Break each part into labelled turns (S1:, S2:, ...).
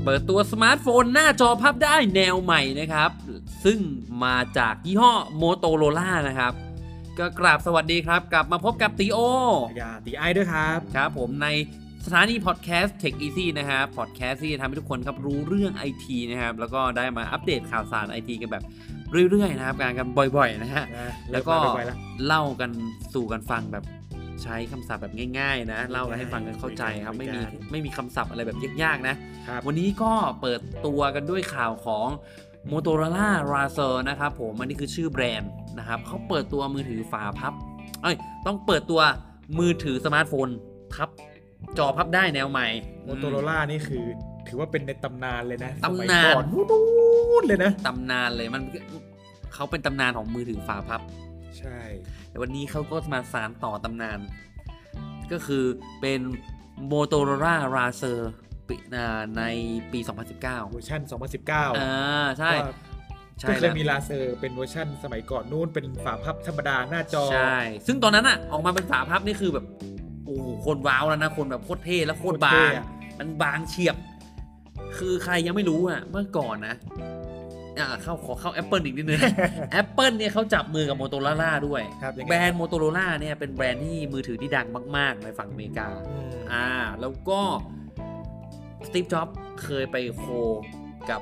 S1: เปิดตัวสมาร์ทโฟนหน้าจอพับได้แนวใหม่นะครับซึ่งมาจากยี่ห้อ Motorola นะครับก็กราบสวัสดีครับกลับมาพบกับตีโอ
S2: ตีไอด้วยครับ
S1: ครับผมในสถานีพอดแคสต์ Tech Easy นะครับพอดแคสต์ที่จะทำให้ทุกคนครับรู้เรื่อง IT นะครับแล้วก็ได้มาอัปเดตข่าวสาร IT กันแบบเรื่อยๆนะครับกันบ่อยๆนะฮะแล้วก็เล่ากันสู่กันฟังแบบใช้คำศัพท์แบบง่ายๆนะเล่ากันให้ฟังกันเข้าใจครับไม่มีคำศัพท์อะไรแบบยากๆนะวันนี้ก็เปิดตัวกันด้วยข่าวของ Motorola Razr นะครับผมอันนี้คือชื่อแบรนด์นะครับเขาเปิดตัวมือถือฝาพับต้องเปิดตัวมือถือสมาร์ทโฟนพับจอพับได้แนวใหม่
S2: Motorola นี่คือถือว่าเป็นในตำนานเลยนะ
S1: ตำนาน
S2: ก่อนนู้นเลยนะ
S1: ตำนานเลยเขาเป็นตำนานของมือถือฝาพับ
S2: ใช่
S1: แต่วันนี้เขาก็มาสานต่อตำนานก็คือเป็น Motorola Razr ในปี 2019 เ
S2: วอร์ชัน2019
S1: ใช่
S2: ก็เคยมี Razr เป็นเวอร์ชันสมัยก่อนนู้นเป็นฝาพับธรรมดาหน้าจอ
S1: ใช่ซึ่งตอนนั้นออกมาเป็นฝาพับนี่คือแบบโอ้คนว้าวแล้วนะคนแบบโคตรเท่และโคตรบางมันบางเฉียบคือใครยังไม่รู้เมื่อก่อนนะขอเข้า Apple อีกนิดนึง Apple เนี่ยเขาจับมือกับ Motorola ด้วยแบรนด์ Motorola เนี่ยเป็นแบรนด์ที่มือถือที่ดังมากๆในฝั่งอเมริกาแล้วก็สตีฟ จ็อบส์เคยไปโคกับ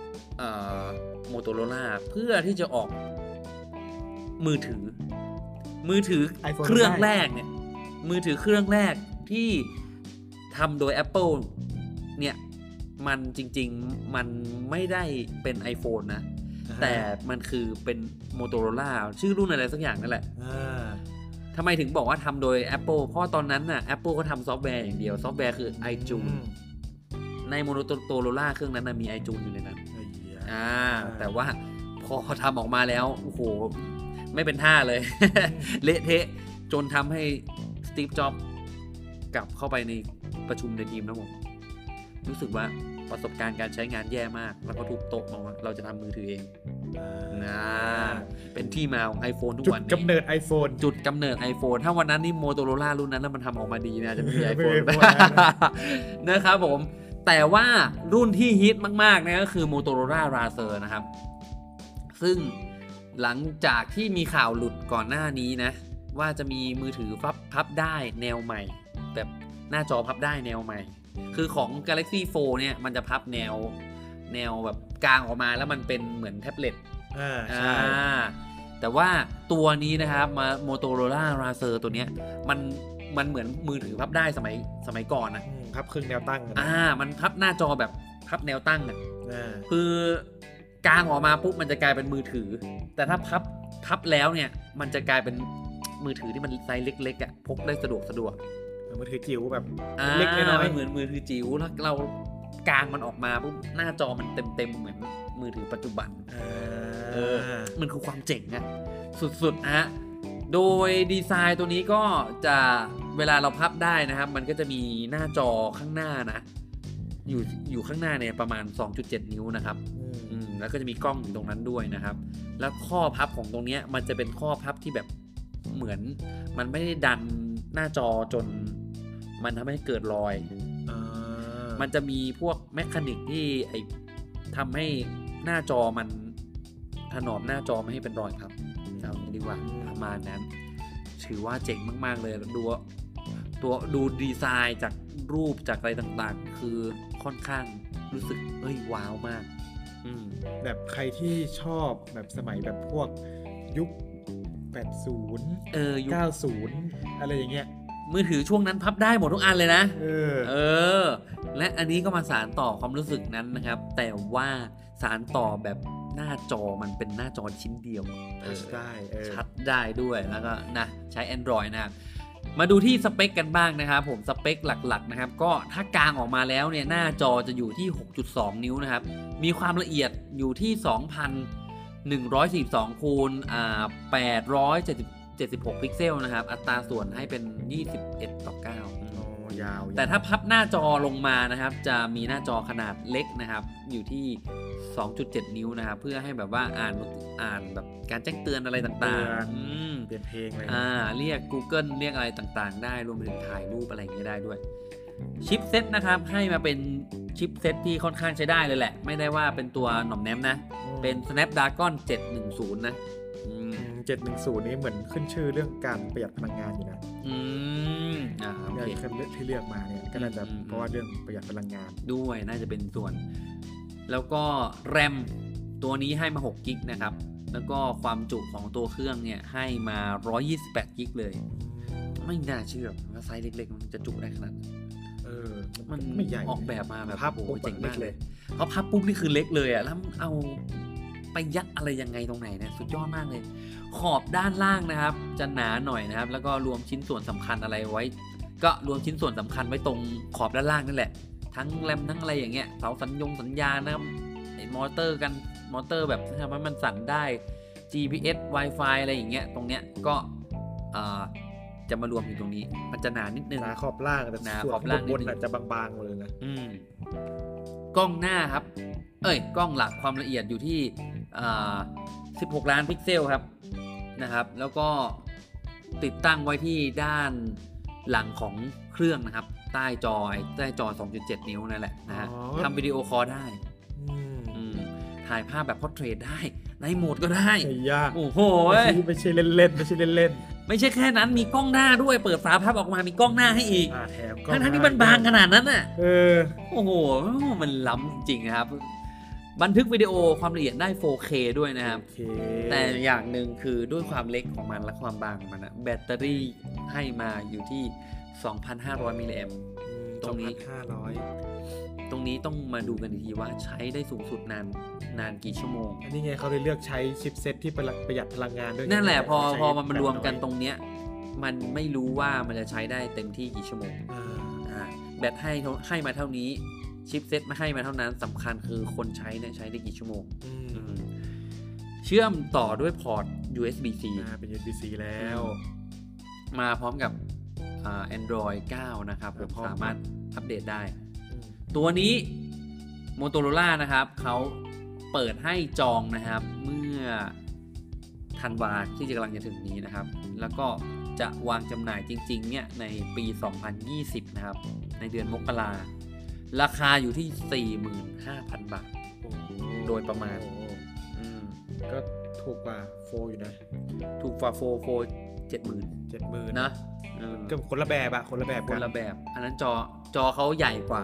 S1: Motorola เพื่อที่จะออกมือถือเครื่องแรกเนี่ยมือถือเครื่องแรกที่ทำโดย Apple เนี่ยมันจริงๆมันไม่ได้เป็น iPhone นะแต่มันคือเป็น Motorola ชื่อรุ่นอะไรสักอย่างนั่นแหละทำไมถึงบอกว่าทำโดย Apple เพราะตอนนั้นน่ะ Apple ก็ทำซอฟต์แวร์อย่างเดียวซอฟต์แวร์คือ iTunes ใน Motorola เครื่องนั้นมี iTunes อยู่ในนั้นแต่ว่าพอทำออกมาแล้วโอ้โหไม่เป็นท่าเลย เละเทะจนทำให้สตีฟ จ็อบส์กลับเข้าไปในประชุมในทีมนะผมรู้สึกว่าประสบการณ์การใช้งานแย่มากแล้วก็ทุบโต๊ะมาว่าเราจะทำมือถือเองเป็นที่มาของ iPhone ทุกวันนี้
S2: จุดกำเนิด iPhone
S1: จุดกำเนิด iPhone ถ้าวันนั้นนี่ Motorola รุ่นนั้นแล้วมันทำออกมาดีนะจะไม่มี iPhone นะครับผมแต่ว่ารุ่นที่ฮิตมากๆนะก็คือ Motorola Razr นะครับซึ่งหลังจากที่มีข่าวหลุดก่อนหน้านี้นะว่าจะมีมือถือพับได้แนวใหม่แบบหน้าจอพับได้แนวใหม่คือของ Galaxy Fold เนี่ยมันจะพับแนวแบบกลางออกมาแล้วมันเป็นเหมือนแท็บเล็ต
S2: ใช่
S1: แต่ว่าตัวนี้นะครับมา Motorola Razr ตัวเนี้ยมันเหมือนมือถือพับได้สมัยก่อน
S2: พับครึ่งแนวตั้ง
S1: มันพับหน้าจอแบบพับแนวตั้งคือกลางออกมาปุ๊บมันจะกลายเป็นมือถือแต่ถ้าพับแล้วเนี่ยมันจะกลายเป็นมือถือที่มันไซส์เล็กๆพกได้สะดวก
S2: มือถือจิ๋วแบบเล็กน้อย
S1: เหมือนมือถือจิ๋วแล้วเรากลางมันออกมาปุ๊บหน้าจอมันเต็มเหมือนมือถือปัจจุบันมันคือความเจ๋งสุดๆโดยดีไซน์ตัวนี้ก็จะเวลาเราพับได้นะครับมันก็จะมีหน้าจอข้างหน้านะอยู่ข้างหน้าเนี่ยประมาณ 2.7 นิ้วนะครับแล้วก็จะมีกล้องอยู่ตรงนั้นด้วยนะครับแล้วข้อพับของตรงนี้มันจะเป็นข้อพับที่แบบเหมือนมันไม่ได้ดันหน้าจอจนมันทำให้เกิดรอยมันจะมีพวกแมคานิกที่ทำให้หน้าจอมันถนอมหน้าจอไม่ให้เป็นรอยครับเอาดีกว่าประมาณนั้นถือว่าเจ๋งมากๆเลยดูดีไซน์จากรูปจากอะไรต่างๆคือค่อนข้างรู้สึกว้าวมาก
S2: แบบใครที่ชอบแบบสมัยแบบพวกยุค80
S1: ยุค
S2: 90อะไรอย่างเงี้ย
S1: มือถือช่วงนั้นพับได้หมดทุกอันเลยนะและอันนี้ก็มาสานต่อความรู้สึกนั้นนะครับแต่ว่าสานต่อแบบหน้าจอมันเป็นหน้าจอชิ้นเดียวชัดได้ด้วยแล้วก็นะใช้ Android นะครับมาดูที่สเปคกันบ้างนะครับผมสเปคหลักๆนะครับก็ถ้ากลางออกมาแล้วเนี่ยหน้าจอจะอยู่ที่ 6.2 นิ้วนะครับมีความละเอียดอยู่ที่ 2,142 คูณ876 พิกเซลนะครับอัตราส่วนให้เป็น21:9ยาวแต่ถ้าพับหน้าจอลงมานะครับจะมีหน้าจอขนาดเล็กนะครับอยู่ที่ 2.7 นิ้วนะครับเพื่อให้แบบว่าอ่านแบบการแจ้งเตือนอะไรต่าง
S2: ๆเปลี่ยนเพลงอะไร
S1: เรียก Google เรียกอะไรต่างๆได้รวมไปถึงถ่ายรูปอะไรอย่างเงี้ยได้ด้วยชิปเซ็ตนะครับให้มาเป็นชิปเซ็ตที่ค่อนข้างใช้ได้เลยแหละไม่ได้ว่าเป็นตัวหน่อมแนมนะเป็น Snapdragon 710 นะ
S2: 710นี้เหมือนขึ้นชื่อเรื่องการประหยัดพลังงานอยู่นะ
S1: โอเค
S2: ที่เลือกมาเนี่ยก็น่าจะเพราะว่าเรื่องประหยัดพลังงาน
S1: ด้วยน่าจะเป็นส่วนแล้วก็แรมตัวนี้ให้มา6กิกนะครับแล้วก็ความจุของตัวเครื่องเนี่ยให้มา128กิกเลยไม่น่าเชื่อว่าไซส์เล็กๆมันจะจุได้ขนาดมัน
S2: ไม่ใหญ่
S1: ออกแบบมาแบบ
S2: ภาพโอ้เจ๋งมากเลย
S1: เพราะภาพปุ๊บนี่คือเล็กเลยอ่ะแล้วเอาไปยัดอะไรยังไงตรงไหนเนี่ยสุดยอดมากเลยขอบด้านล่างนะครับจะหนาหน่อยนะครับแล้วก็รวมชิ้นส่วนสำคัญอะไรไว้ก็รวมชิ้นส่วนสำคัญไว้ตรงขอบด้านล่างนั่นแหละทั้งแรมทั้งอะไรอย่างเงี้ยเสาสัญญาณนะครับมอเตอร์แบบทำให้มันสั่นได้ GPS Wi-Fi อะไรอย่างเงี้ยตรงเนี้ยก็จะมารวมอยู่ตรงนี้มันจะหนานิดนึง
S2: หนาขอบล่างแต่ส่วนบนอาจจะบางๆเลยนะ
S1: กล้องหน้าครับกล้องหลักความละเอียดอยู่ที่16 ล้านพิกเซลครับนะครับแล้วก็ติดตั้งไว้ที่ด้านหลังของเครื่องนะครับใต้จอ 2.7 นิ้วนั่นแหละนะฮะทำวิดีโอคอลได้ถ่ายภาพแบบพอร์เทรตได้ในโหมดก็ได้โอ้โห
S2: ไม่ใช่เล่น
S1: ไม่ใช่แค่นั้นมีกล้องหน้าด้วยเปิดฝาพับออกมามีกล้องหน้าให้อีกทั้งที่มันบางขนาดนั้นน่ะโอ้โหมันล้ำจริงนะครับบันทึกวิดีโอความละเอียดได้ 4K ด้วยนะครับแต่อย่างหนึ่งคือด้วยความเล็กของมันและความบางของมันนะแบตเตอรี่ให้มาอยู่ที่ 2,500 มิลลิแอมป์ตรงนี้ต้องมาดูกันอีกทีว่าใช้ได้สูงสุดนานกี่ชั่วโมง
S2: อันนี้ไงเขาเลยเลือกใช้ชิปเซ็ตที่ประหยัดพลังงานด้วย
S1: นั่นแหละพอมันมารวมกันตรงเนี้ยมันไม่รู้ว่ามันจะใช้ได้เต็มที่กี่ชั่วโมงแบตให้มาเท่านี้ชิปเซ็ตมาให้มาเท่านั้นสำคัญคือคนใช้เนี่ยใช้ได้กี่ชั่วโมงเชื่อมต่อด้วยพอร์ต USB-C
S2: เป็น USB-C แล้ว
S1: มาพร้อมกับAndroid 9 นะครับสามารถอัปเดตได้ตัวนี้ Motorola นะครับเขาเปิดให้จองนะครับเมื่อธันวาที่จะกำลังจะถึงนี้นะครับแล้วก็จะวางจำหน่ายจริงๆเนี่ยในปี 2020 นะครับในเดือนมกราราคาอยู่ที่ 45,000 บาทโดยประมาณ
S2: ก็ถูกกว่าโฟอยู่นะ
S1: ถูกกว่าโฟ 70,000 นะ
S2: ก็คนละแบบ
S1: อันนั้นจอเขาใหญ่กว่า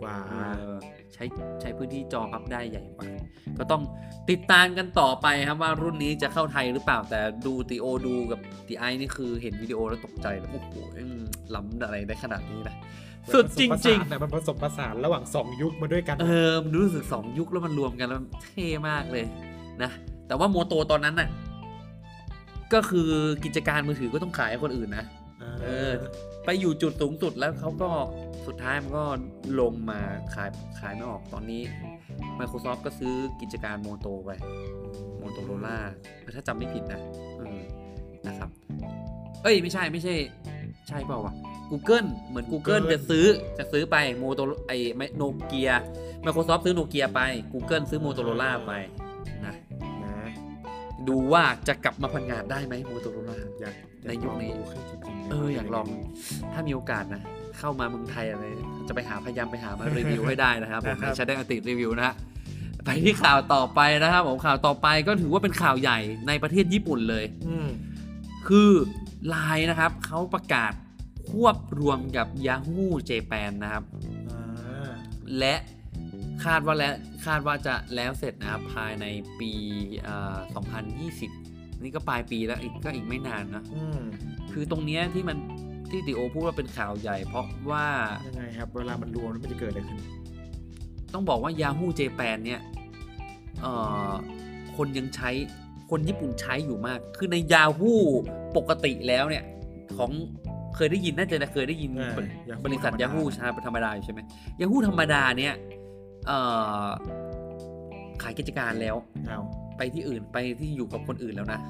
S1: ใช้พื้นที่จอพับได้ใหญ่กว่าก็ต้องติดตามกันต่อไปครับว่ารุ่นนี้จะเข้าไทยหรือเปล่าแต่ดูติโอดูกับติไอนี่คือเห็นวิดีโอแล้วตกใจแล้วโอ้โหล้ำอะไรได้ขนาดนี้นะสุดจริง
S2: ๆแต่มันผสมผสานระหว่าง2ยุคมาด้วยกัน
S1: มันรู้สึก2ยุคแล้วมันรวมกันแล้วเท่มากเลยนะแต่ว่าโมโตตอนนั้นน่ะก็คือกิจการมือถือก็ต้องขายให้คนอื่นนะไปอยู่จุดสูงสุดแล้วเขาก็สุดท้ายมันก็ลงมาขายไม่ออกตอนนี้ Microsoft ก็ซื้อกิจการโมโตไปโมโตโรล่าถ้าจำไม่ผิดนะครับไม่ใช่เปล่าวะ Google เหมือน Google จะซื้อไปโมโตโนเกีย Microsoft ซื้อโนเกียไป Google ซื้อโมโตโรล่าไปนะดูว่าจะกลับมาพังงานได้ไหมโมโตโรล่าในยุคนี้อยากลองถ้ามีโอกาสนะเข้ามาเมืองไทยอะไรจะพยายามไปหามารีวิวให้ได้นะครับผมใช้ได้ติดรีวิวนะฮะไปที่ข่าวต่อไปนะครับผมข่าวต่อไปก็ถือว่าเป็นข่าวใหญ่ในประเทศญี่ปุ่นเลยคือ LINE นะครับเขาประกาศควบรวมกับ Yahoo Japan นะครับและคาดว่าจะแล้วเสร็จนะครับภายในปี2020นี่ก็ปลายปีแล้วก็อีกไม่นานนะคือตรงเนี้ยที่ติโอพูดว่าเป็นข่าวใหญ่เพราะว่า
S2: ยังไงครับเวลามันรวมแล้วมันจะเกิดอะไรขึ้น
S1: ต้องบอกว่า Yahoo Japan เนี่ยคนญี่ปุ่นใช้อยู่มากคือใน Yahoo ปกติแล้วเนี่ยของเคยได้ยินน่าจะเคยได้ยินบริษัท Yahoo ธรรมดาอยู่ใช่ไหม Yahoo ธรรมดาเนี่ยขายกิจการแล้วไปที่อื่นไปที่อยู่กับคนอื่นแล้วนะ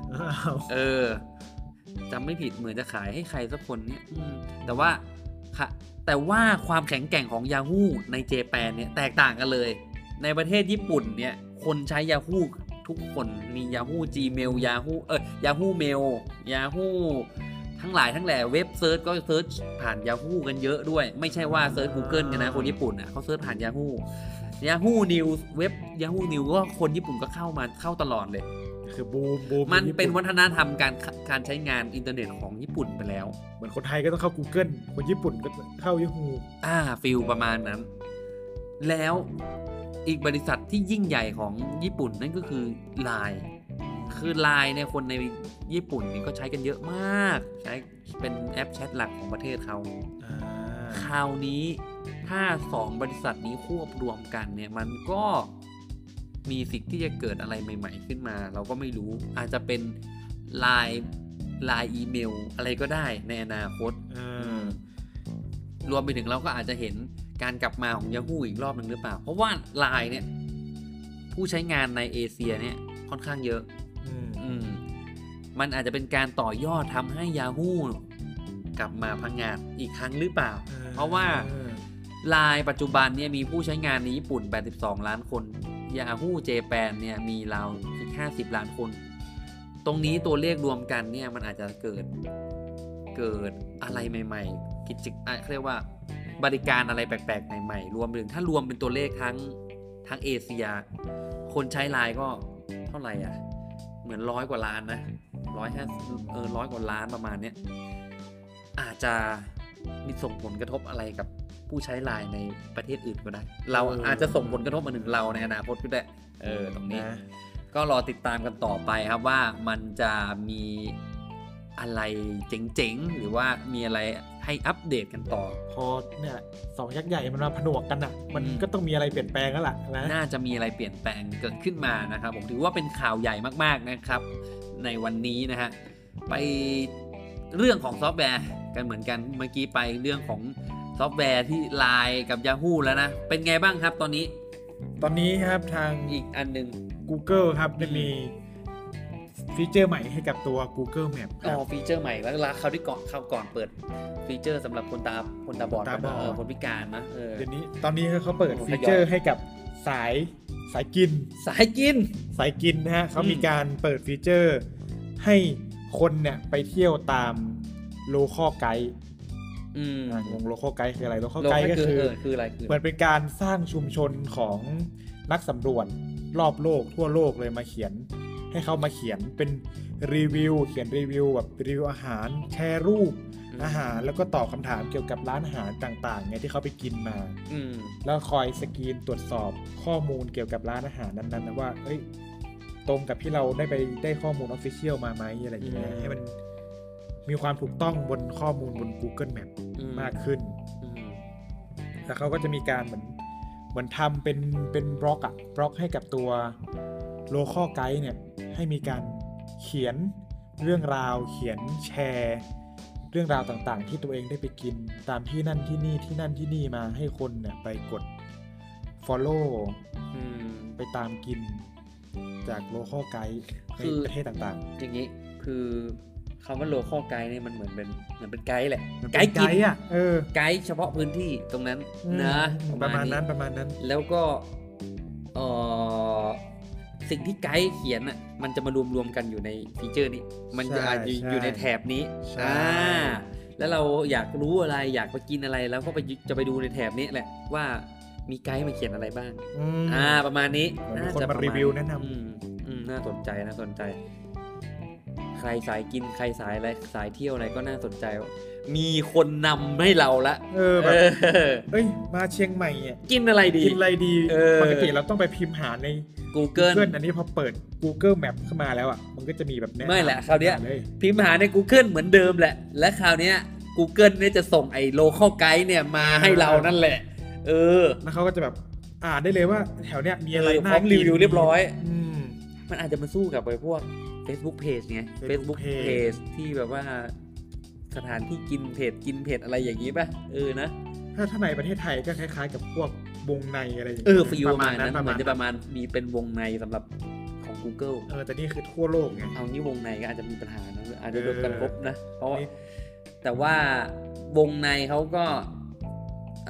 S1: จำไม่ผิดเหมือนจะขายให้ใครสักคนเนี่ยแต่ว่าความแข็งแกร่งของ Yahoo ในเจแปนเนี่ยแตกต่างกันเลยในประเทศญี่ปุ่นเนี่ยคนใช้ Yahoo ทุกคนมี Yahoo Gmail Yahoo Mail Yahoo ทั้งหลายทั้งแหล่เว็บเซิร์ชก็เซิร์ชผ่าน Yahoo กันเยอะด้วยไม่ใช่ว่าเซิร์ช Google กันนะคนญี่ปุ่นอ่ะเขาเซิร์ชผ่าน Yahoo News เว็บ Yahoo News ก็คนญี่ปุ่นก็เข้าตลอดเลย
S2: คือบูม
S1: มันเป็นวัฒนธรรมการใช้งานอินเทอร์เน็ตของญี่ปุ่นไปแล้ว
S2: เหมือนคนไทยก็ต้องเข้า Google คนญี่ปุ่นก็เข้า Yahoo
S1: ฟีลประมาณนั้นแล้วอีกบริษัทที่ยิ่งใหญ่ของญี่ปุ่นนั่นก็คือ LINE คือ LINE เนี่ยคนในญี่ปุ่นนี่ก็ใช้กันเยอะมากใช้เป็นแอปแชทหลักของประเทศเขาคราวนี้ถ้า2บริษัทนี้ควบรวมกันเนี่ยมันก็มีสิทธิ์ที่จะเกิดอะไรใหม่ๆขึ้นมาเราก็ไม่รู้อาจจะเป็น LINE อีเมลอะไรก็ได้ในอนาคตรวมไปถึงเราก็อาจจะเห็นการกลับมาของ Yahoo อีกรอบหนึ่งหรือเปล่าเพราะว่า LINE เนี่ยผู้ใช้งานในเอเชียเนี่ยค่อนข้างเยอะมันอาจจะเป็นการต่อยอดทำให้ Yahoo กลับมาพังงาดอีกครั้งหรือเปล่าเพราะว่า LINE ปัจจุบันเนี่ยมีผู้ใช้งานในญี่ปุ่น82ล้านคน Yahoo Japan เนี่ยมีราวอีก50ล้านคนตรงนี้ตัวเลขรวมกันเนี่ยมันอาจจะเกิดอะไรใหม่ๆกิจเรียกว่าบริการอะไรแปลกๆใหม่ๆรวมถึงถ้ารวมเป็นตัวเลขทั้งเอเชียคนใช้ LINE ก็เท่าไหร่อ่ะเหมือน100 กว่าล้านนะ100 กว่าล้านประมาณเนี้ยอาจจะมีส่งผลกระทบอะไรกับผู้ใช้ LINE ในประเทศอื่นก็ได้เราอาจจะส่งผลกระทบมาถึงเราในอนาคตก็ได้ตรงนี้ก็รอติดตามกันต่อไปครับว่ามันจะมีอะไรเจ๋งๆหรือว่ามีอะไรให้อัปเดตกันต่อ
S2: พอเนี่ย2ยักษ์ใหญ่มันมาผนวกกันอ่ะมันก็ต้องมีอะไรเปลี่ยนแปลงแล้วล่ะนะ
S1: น่าจะมีอะไรเปลี่ยนแปลงเกิดขึ้นมานะครับผมถือว่าเป็นข่าวใหญ่มากๆนะครับในวันนี้นะฮะไปเรื่องของซอฟต์แวร์กันเหมือนกันเมื่อกี้ไปเรื่องของซอฟต์แวร์ที่ LINE กับ Yahoo แล้วนะเป็นไงบ้างครับตอนนี้
S2: ครับทาง
S1: อีกอันนึง
S2: Google ครับได้มีฟีเจอร์ใหม่ให้กับตัว Google Map
S1: ฟีเจอร์ใหม่แล้วคราวที่ก่อนเปิดฟีเจอร์สำหรับคนตาบอดคนพิการนะ
S2: เดี๋ยวนี้ตอนนี้เขาเปิดฟีเจอร์ให้กับสายกินนะฮะเขามีการเปิดฟีเจอร์ให้คนเนี่ยไปเที่ยวตามโลคอลไกด์งงโลคอลไกด์คืออะไรโลคอลไกด์ก็คือ
S1: อะไร
S2: เหมือนเป็นการสร้างชุมชนของนักสำรวจรอบโลกทั่วโลกเลยมาเขียนให้เขามาเขียนเป็นรีวิวเขียนรีวิวแบบรีวิวอาหารแชร์รูปอาหารแล้วก็ตอบคำถามเกี่ยวกับร้านอาหารต่างๆไงที่เขาไปกินมาแล้วคอยสกรีนตรวจสอบข้อมูลเกี่ยวกับร้านอาหารนั้นๆนะว่าตรงกับที่เราได้ข้อมูลออฟฟิเชียลมาไหมอะไรอย่างเงี้ยให้มันมีความถูกต้องบนข้อมูลบน Google Map มากขึ้นแล้วเขาก็จะมีการเหมือนทำเป็นบล็อกให้กับตัวLocal Guide เนี่ยให้มีการเขียนเรื่องราวเขียนแชร์เรื่องราวต่างๆที่ตัวเองได้ไปกินตามที่นั่นที่นี่มาให้คนเนี่ยไปกด follow ไปตามกินจาก Local Guide ในประเทศต่าง
S1: ๆอย่างนี้คือคำว่า Local Guide เนี่ยมันเหมือนเป็นไกด์แหละไกด์
S2: กิน
S1: ไกด์เฉพาะพื้นที่ตรงนั้นนะ
S2: ประมาณนั้น
S1: แล้วก็สิ่งที่ไกด์เขียนอ่ะมันจะมารวมกันอยู่ในฟีเจอร์นี้มันจะอยู่ในแถบนี้แล้วเราอยากรู้อะไรอยากไปกินอะไรแล้วก็จะไปดูในแถบนี้แหละว่ามีไกด์มาเขียนอะไรบ้างประมาณนี้
S2: น่าจะมารีวิวแนะน
S1: ำน่าสนใจใครสายกินใครสายอะไรสายเที่ยวอะไรก็น่าสนใจมีคนนำให้เราละ
S2: แบบมาเชียงใหม่อ่ะ
S1: กินอะไรดี
S2: ปกติเราต้องไปพิมพ์หาใน
S1: Google
S2: อันนี้พอเปิด Google Map ขึ้นมาแล้วอ่ะมันก็จะมีแบบแนะนำ
S1: ไม่แหละคราวนี้พิมพ์หาใน Google เหมือนเดิมแหละและคราวนี้ Google เนี่ยจะส่งไอ้ Local Guide เนี่ยมาให้เรานั่นแหละ
S2: แล้วเขาก็จะแบบได้เลยว่าแถวเนี้ยมีอะไรน่า
S1: กินรีวิวเรียบร้อยมันอาจจะมาสู้กับไอ้พวก Facebook Page ไง Facebook Page ที่แบบว่าสถานที่กินเพจอะไรอย่างงี้ป่ะนะ
S2: ถ้าในประเทศไทยก็คล้ายๆกับพวกวงในอะไรอย่าง
S1: เงี้ยฟีลประมาณนั้นเหมือนจะประมาณมีเป็นวงในสำหรับของ Google
S2: แต่นี่คือทั่วโลกไง
S1: เอานี่วงในก็อาจจะมีปัญหานะอาจจะโดนกันลบนะเพราะแต่ว่าวงในเขาก็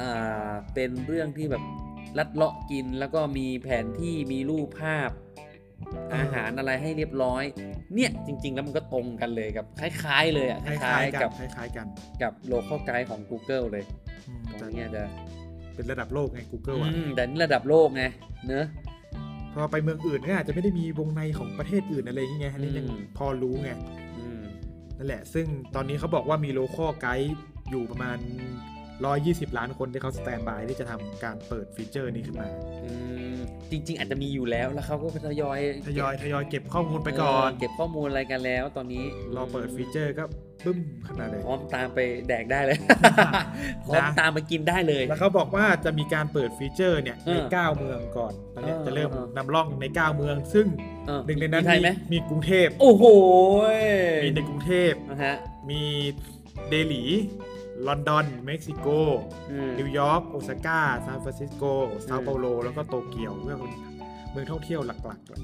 S1: เป็นเรื่องที่แบบลัดเลาะกินแล้วก็มีแผนที่มีรูปภาพอาหารอะไรให้เรียบร้อยเนี่ยจริงๆแล้วมันก็ตรงกันเลยกับคล้ายๆเลยอ่ะคล้ายๆกับ local guide ของ Google เลยตรงนี้จะ
S2: เป็นระดับโลกไง Google อ่ะ
S1: แต่นี่ระดับโลกไงเนอะ
S2: พอไปเมืองอื่นก็อาจจะไม่ได้มีวงในของประเทศอื่นอะไรอย่างเงี้ยอันนี้ยังพอรู้ไงนั่นแหละซึ่งตอนนี้เขาบอกว่ามี local guide อยู่ประมาณ120 ล้านคนที่เขาสแตนบายที่จะทำการเปิดฟีเจอร์นี้ขึ้นมา
S1: จริงๆอาจจะมีอยู่แล้วเขาก็ทยอย
S2: เก็บข้อมูลไปก่อน
S1: เก็บข้อมูลอะไรกันแล้วตอนนี้
S2: รอเปิดฟีเจอร์ก็บึ้มขึ้นมาเลย
S1: พร้อมตามไปแดกได้เลยพร้อมตามไปกินได้เลย
S2: แล้วเขาบอกว่าจะมีการเปิดฟีเจอร์เนี่ยใน9เมืองก่อนตอนนี้จะเริ่มนำร่องใน9เมืองซึ่งหนึ่งในนั้นมีกรุงเทพ
S1: โอ้โห
S2: มีในกรุงเทพมีเดลีลอนดอนเม็กซิโกนิวยอร์กโอซาก้าซานฟรานซิสโกเซาเปาโลแล้วก็โตเกียวเมืองท่องเที่ยวหลักๆ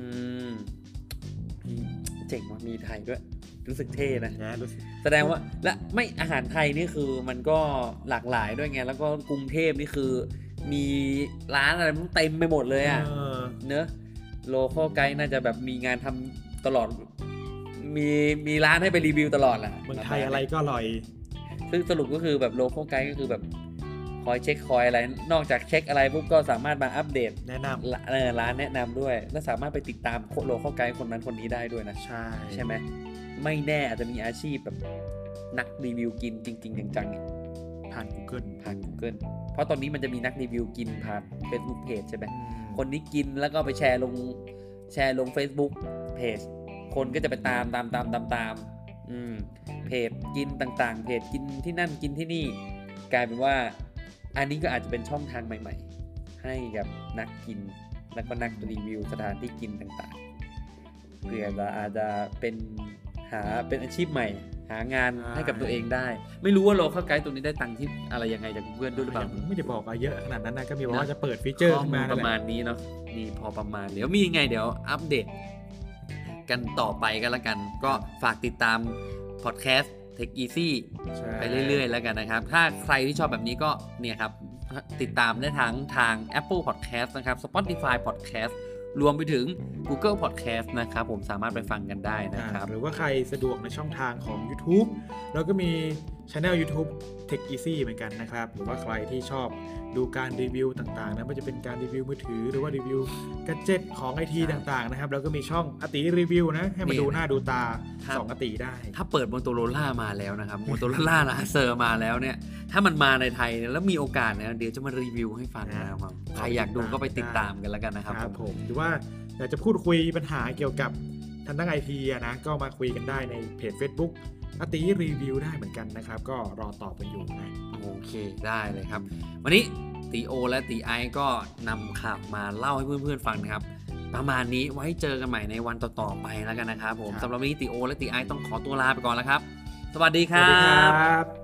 S1: เจ๋งว่ะมีไทยด้วยรู้สึกเท่นะแสดงว่าและไม่อาหารไทยนี่คือมันก็หลากหลายด้วยไงแล้วก็กรุงเทพนี่คือมีร้านอะไรมันเต็มไปหมดเลยอ่ะเนอะโลคอลไกด์น่าจะแบบมีงานทำตลอดมีร้านให้ไปรีวิวตลอดแหละ
S2: เมืองไทยอะไรก็อร่อย
S1: ซึ่งสรุปก็คือแบบโลคอลไกด์ก็คือแบบคอยเช็คคอยอะไรนอกจากเช็คอะไรปุ๊บก็สามารถมาอัปเดต
S2: แนะน
S1: ำร้านแนะนำด้วยและสามารถไปติดตามโลคอลไกด์คนนั้นคนนี้ได้ด้วยนะใช่ไหมไม่แน่อาจจะมีอาชีพแบบนักรีวิวกินจริงๆจัง
S2: ๆผ่าน Google
S1: เพราะตอนนี้มันจะมีนักรีวิวกินผ่าน Facebook Page ใช่ไหมคนนี้กินแล้วก็ไปแชร์ลง Facebook Page คนก็จะไปตามเพจกินต่างๆเพจกินที่นั่นกินที่นี่กลายเป็นว่าอันนี้ก็อาจจะเป็นช่องทางใหม่ๆให้กับนักกินแล้วก็นักรีวิวสถานที่กินต่างๆเพื่ออาจจะเป็นอาชีพใหม่หางานให้กับตัวเองได้ไม่รู้ว่าโลคอลไกด์ตัวนี้ได้ตังค์ที่อะไรยังไงจาก Google ด้วยหรือเปล่า
S2: ไม่ได้บอกอะไรเยอะขนาดนั้นนะก็มีบอกว่าจะเปิดฟีเจอร์ขึ้นมา
S1: ประมาณนี้เนาะนี่พอประมาณเดี๋ยวมียังไงเดี๋ยวอัปเดตกันต่อไปกันละกันก็ฝากติดตามพอดแคสต์ Tech Easy ไปเรื่อยๆแล้วกันนะครับถ้าใครที่ชอบแบบนี้ก็เนี่ยครับติดตามได้ทั้งทาง Apple Podcast นะครับ Spotify Podcast รวมไปถึง Google Podcast นะครับผมสามารถไปฟังกันได้นะครับ
S2: หรือว่าใครสะดวกในช่องทางของ YouTube แล้วก็มี Channel YouTube Tech Easy เหมือนกันนะครับหรือว่าใครที่ชอบดูการรีวิวต่างๆนะไม่ว่าจะเป็นการรีวิวมือถือหรือว่ารีวิวแกดเจ็ตของ IT ต่างๆนะครับแล้วก็มีช่องอติรีวิวนะให้มาดูหน้าดูตา2อติได้
S1: ถ้าเปิด Motorola มาแล้วนะครับ Motorola Razr มาแล้วเนี่ยถ้ามันมาในไทยแล้วมีโอกาสนะเดี๋ยวจะมารีวิวให้ฟังนะครับใครอยากดูก็ไปติดตามกันแล้วกันนะครับ
S2: ผมหรือว่าอยากจะพูดคุยปัญหาเกี่ยวกับทางด้าน IT นะก็มาคุยกันได้ในเพจ Facebookอติรีวิวได้เหมือนกันนะครับก็รอตอบกันอยู่นะ
S1: โอเคได้เลยครับวันนี้ตีโอและตีไอก็นำข่าวมาเล่าให้เพื่อนๆฟังนะครับประมาณนี้ไว้เจอกันใหม่ในวันต่อๆไปแล้วกันนะครับผมสำหรับวันนี้ตีโอและตีไอต้องขอตัวลาไปก่อนแล้วครับสวัสดีครับ